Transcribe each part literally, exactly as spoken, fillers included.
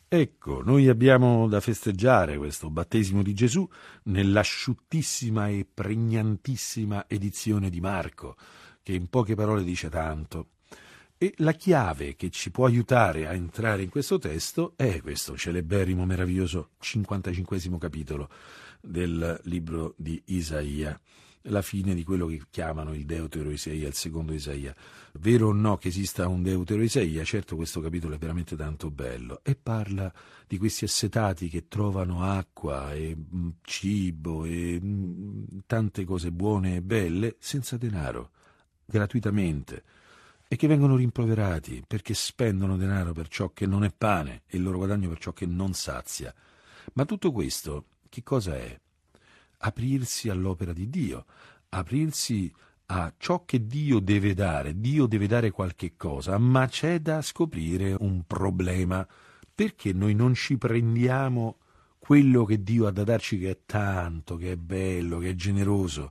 Ecco, noi abbiamo da festeggiare questo battesimo di Gesù nell'asciuttissima e pregnantissima edizione di Marco, che in poche parole dice tanto. E la chiave che ci può aiutare a entrare in questo testo è questo celeberrimo, meraviglioso cinquantacinquesimo capitolo del libro di Isaia, la fine di quello che chiamano il Deutero-Isaia, il secondo Isaia. Vero o no che esista un Deutero-Isaia? Certo, questo capitolo è veramente tanto bello e parla di questi assetati che trovano acqua e mh, cibo e mh, tante cose buone e belle senza denaro, gratuitamente, e che vengono rimproverati perché spendono denaro per ciò che non è pane e il loro guadagno per ciò che non sazia. Ma tutto questo che cosa è? Aprirsi all'opera di Dio, aprirsi a ciò che Dio deve dare. Dio deve dare qualche cosa, ma c'è da scoprire un problema. Perché noi non ci prendiamo quello che Dio ha da darci, che è tanto, che è bello, che è generoso?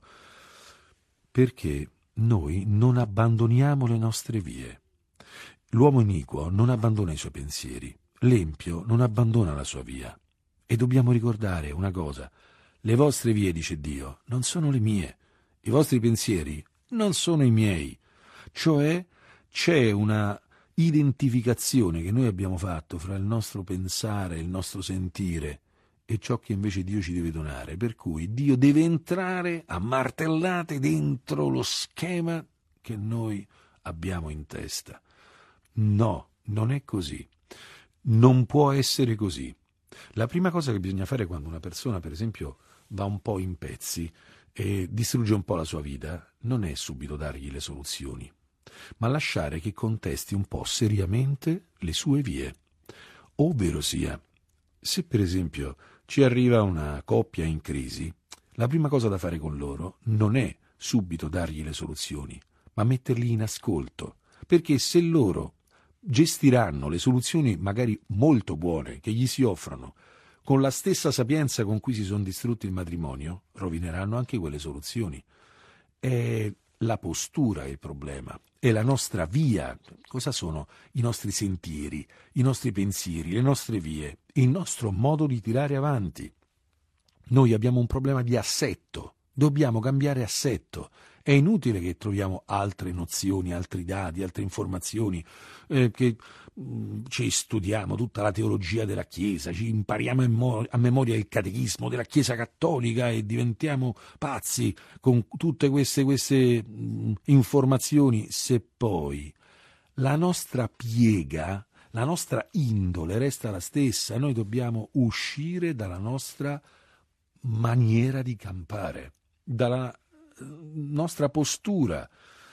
Perché noi non abbandoniamo le nostre vie. L'uomo iniquo non abbandona i suoi pensieri, l'empio non abbandona la sua via. E dobbiamo ricordare una cosa: le vostre vie, dice Dio, non sono le mie, i vostri pensieri non sono i miei. Cioè c'è una identificazione che noi abbiamo fatto fra il nostro pensare, il nostro sentire e ciò che invece Dio ci deve donare, per cui Dio deve entrare a martellate dentro lo schema che noi abbiamo in testa. No, non è così. Non può essere così. La prima cosa che bisogna fare quando una persona, per esempio, va un po' in pezzi e distrugge un po' la sua vita, non è subito dargli le soluzioni, ma lasciare che contesti un po' seriamente le sue vie. Ovvero sia, se per esempio ci arriva una coppia in crisi, la prima cosa da fare con loro non è subito dargli le soluzioni, ma metterli in ascolto, perché se loro gestiranno le soluzioni magari molto buone che gli si offrono con la stessa sapienza con cui si sono distrutti il matrimonio, rovineranno anche quelle soluzioni. È la postura il problema, è la nostra via. Cosa sono i nostri sentieri, i nostri pensieri, le nostre vie, il nostro modo di tirare avanti? Noi abbiamo un problema di assetto, dobbiamo cambiare assetto. È inutile che troviamo altre nozioni, altri dati, altre informazioni, eh, che mh, ci studiamo tutta la teologia della Chiesa, ci impariamo a, mo- a memoria il catechismo della Chiesa cattolica e diventiamo pazzi con tutte queste, queste mh, informazioni, se poi la nostra piega, la nostra indole resta la stessa. Noi dobbiamo uscire dalla nostra maniera di campare, dalla nostra postura,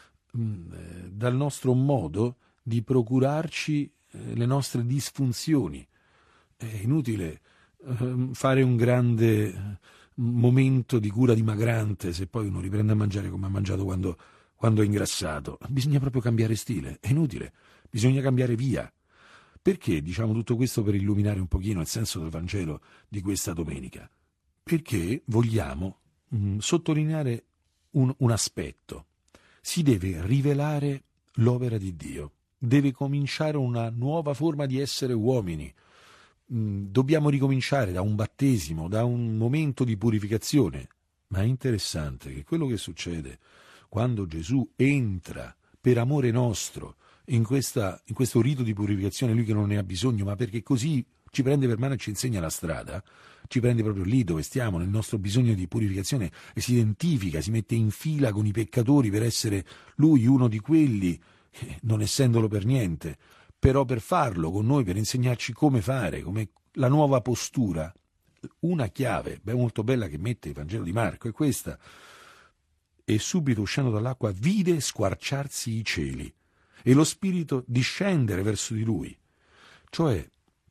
dal nostro modo di procurarci le nostre disfunzioni. È inutile fare un grande momento di cura dimagrante se poi uno riprende a mangiare come ha mangiato quando, quando è ingrassato. Bisogna proprio cambiare stile, è inutile, bisogna cambiare via. Perché diciamo tutto questo? Per illuminare un pochino il senso del Vangelo di questa domenica. Perché vogliamo mh, sottolineare Un, un aspetto. Si deve rivelare l'opera di Dio, deve cominciare una nuova forma di essere uomini. Mm, dobbiamo ricominciare da un battesimo, da un momento di purificazione. Ma è interessante che quello che succede quando Gesù entra per amore nostro in, questa, in questo rito di purificazione, lui che non ne ha bisogno, ma perché così ci prende per mano e ci insegna la strada, ci prende proprio lì dove stiamo, nel nostro bisogno di purificazione, e si identifica, si mette in fila con i peccatori per essere lui uno di quelli, non essendolo per niente, però per farlo con noi, per insegnarci come fare, come la nuova postura. Una chiave beh, molto bella che mette il Vangelo di Marco è questa: e subito uscendo dall'acqua vide squarciarsi i cieli e lo Spirito discendere verso di lui. Cioè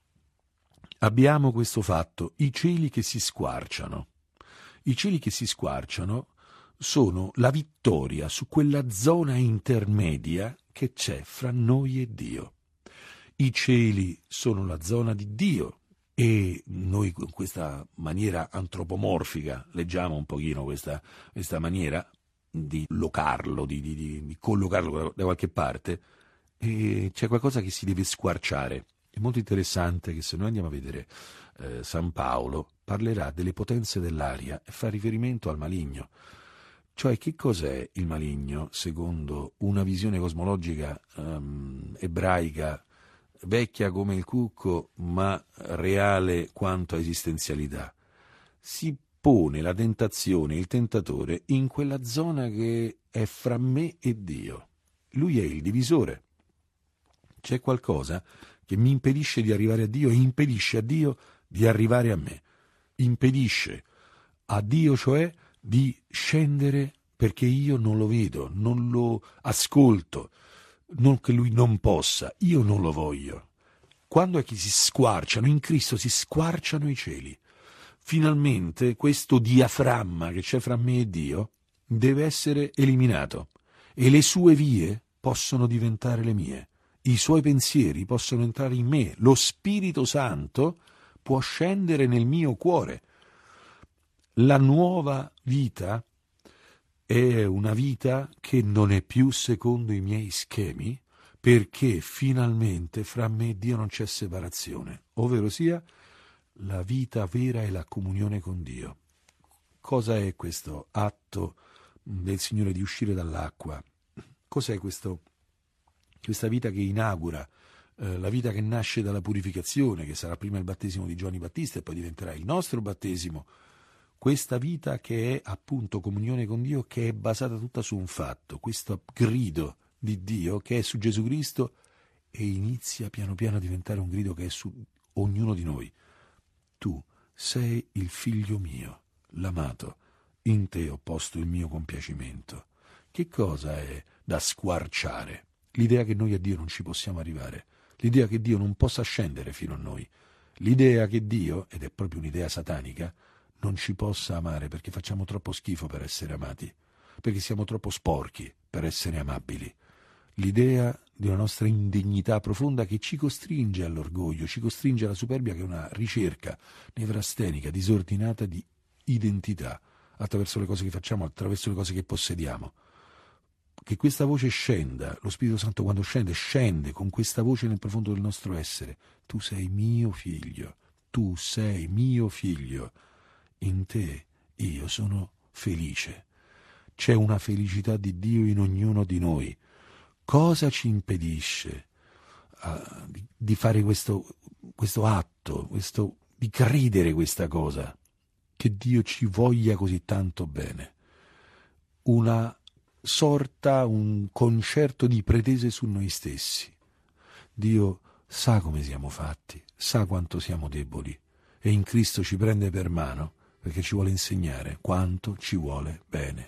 abbiamo questo fatto, i cieli che si squarciano. I cieli che si squarciano sono la vittoria su quella zona intermedia che c'è fra noi e Dio. I cieli sono la zona di Dio e noi con questa maniera antropomorfica leggiamo un pochino questa, questa maniera di locarlo, di, di, di collocarlo da qualche parte, e c'è qualcosa che si deve squarciare. È molto interessante che se noi andiamo a vedere eh, San Paolo, parlerà delle potenze dell'aria e fa riferimento al maligno. Cioè, che cos'è il maligno secondo una visione cosmologica um, ebraica, vecchia come il cucco, ma reale quanto a esistenzialità? Si pone la tentazione, il tentatore, in quella zona che è fra me e Dio. Lui è il divisore. C'è qualcosa che mi impedisce di arrivare a Dio e impedisce a Dio di arrivare a me. Impedisce a Dio, cioè, di scendere perché io non lo vedo, non lo ascolto, non che Lui non possa, io non lo voglio. Quando è che si squarciano, in Cristo si squarciano i cieli. Finalmente questo diaframma che c'è fra me e Dio deve essere eliminato e le sue vie possono diventare le mie. I suoi pensieri possono entrare in me, lo Spirito Santo può scendere nel mio cuore. La nuova vita è una vita che non è più secondo i miei schemi, perché finalmente fra me e Dio non c'è separazione, ovvero sia la vita vera è la comunione con Dio. Cosa è questo atto del Signore di uscire dall'acqua? Cos'è questo? Questa vita che inaugura, eh, la vita che nasce dalla purificazione, che sarà prima il battesimo di Giovanni Battista e poi diventerà il nostro battesimo. Questa vita che è appunto comunione con Dio, che è basata tutta su un fatto, questo grido di Dio che è su Gesù Cristo e inizia piano piano a diventare un grido che è su ognuno di noi. Tu sei il figlio mio, l'amato, in te ho posto il mio compiacimento. Che cosa è da squarciare? L'idea che noi a Dio non ci possiamo arrivare, l'idea che Dio non possa scendere fino a noi, l'idea che Dio, ed è proprio un'idea satanica, non ci possa amare perché facciamo troppo schifo per essere amati, perché siamo troppo sporchi per essere amabili. L'idea di una nostra indegnità profonda che ci costringe all'orgoglio, ci costringe alla superbia, che è una ricerca nevrastenica, disordinata di identità, attraverso le cose che facciamo, attraverso le cose che possediamo. Che questa voce scenda, lo Spirito Santo quando scende, scende con questa voce nel profondo del nostro essere. Tu sei mio figlio, tu sei mio figlio, in te io sono felice. C'è una felicità di Dio in ognuno di noi. Cosa ci impedisce uh, di, di fare questo, questo atto, questo, di credere questa cosa? Che Dio ci voglia così tanto bene. Una sorta, un concerto di pretese su noi stessi. Dio sa come siamo fatti, sa quanto siamo deboli e in Cristo ci prende per mano perché ci vuole insegnare quanto ci vuole bene.